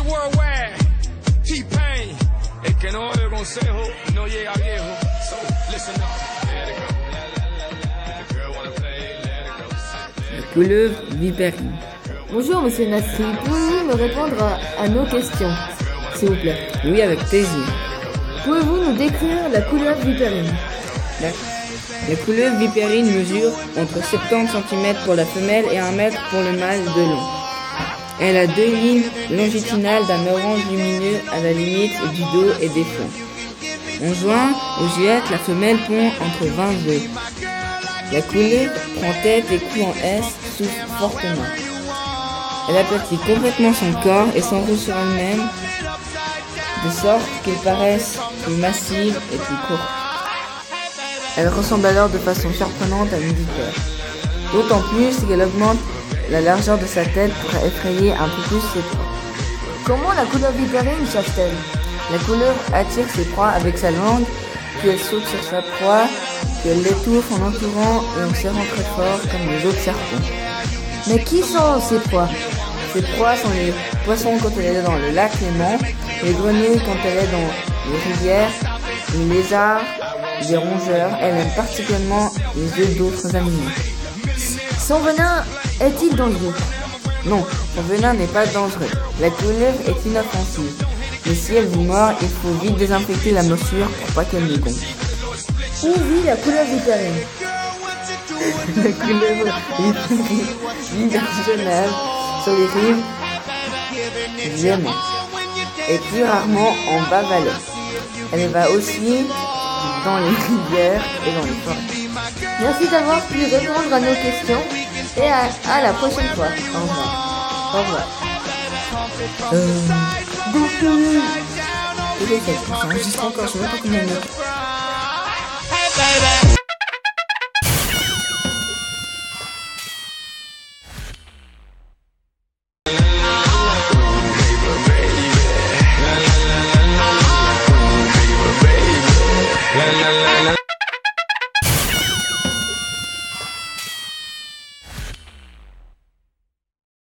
worldwide. T-Pain. El que no oye consejo no llega viejo. So listen up. Let it go. If the girl wanna play, let it go. La couleuvre vipérine. Bonjour Monsieur Nasri, pouvez-vous me répondre à nos questions, s'il vous plaît? Oui, avec plaisir. Pouvez-vous nous décrire la couleuvre vipérine? La couleuvre vipérine mesure entre 70 cm pour la femelle et 1 mètre pour le mâle de long. Elle a 2 lignes longitudinales d'un orange lumineux à la limite du dos et des flancs. En juin ou juillet, la femelle pond entre 20 œufs. La couleuvre prend tête et cou en S, souffle fortement. Elle aplatit complètement son corps et s'enroule sur elle-même, de sorte qu'elle paraisse plus massive et plus courte. Elle ressemble alors de façon surprenante à une vipère. D'autant plus qu'elle augmente la largeur de sa tête pour effrayer un peu plus ses proies. Comment la couleuvre vipérine chasse-t-elle? La couleuvre attire ses proies avec sa langue, puis elle saute sur sa proie, puis elle l'étouffe en entourant et en serrant très fort comme les autres serpents. Mais qui sont ces proies? Ses proies sont les poissons quand elle est dans le lac Léman, les grenouilles quand elle est dans les rivières, les lézards, les rongeurs. Elle aime particulièrement les œufs d'autres animaux. Son venin est-il dangereux? Non, son venin n'est pas dangereux. La couleuvre est inoffensive. Mais si elle vous mord, il faut vite désinfecter la morsure pour pas qu'elle ne gonfle. Où vit la couleuvre vipérine? La couleuvre vit dans Genève, sur les rives du Léman, et plus rarement en bas-Valais. Elle va aussi dans les rivières et dans les forêts. Merci d'avoir pu répondre à nos questions et à la prochaine fois. Au revoir. Au revoir. Donc, Ça enregistre encore, je sais même pas combien de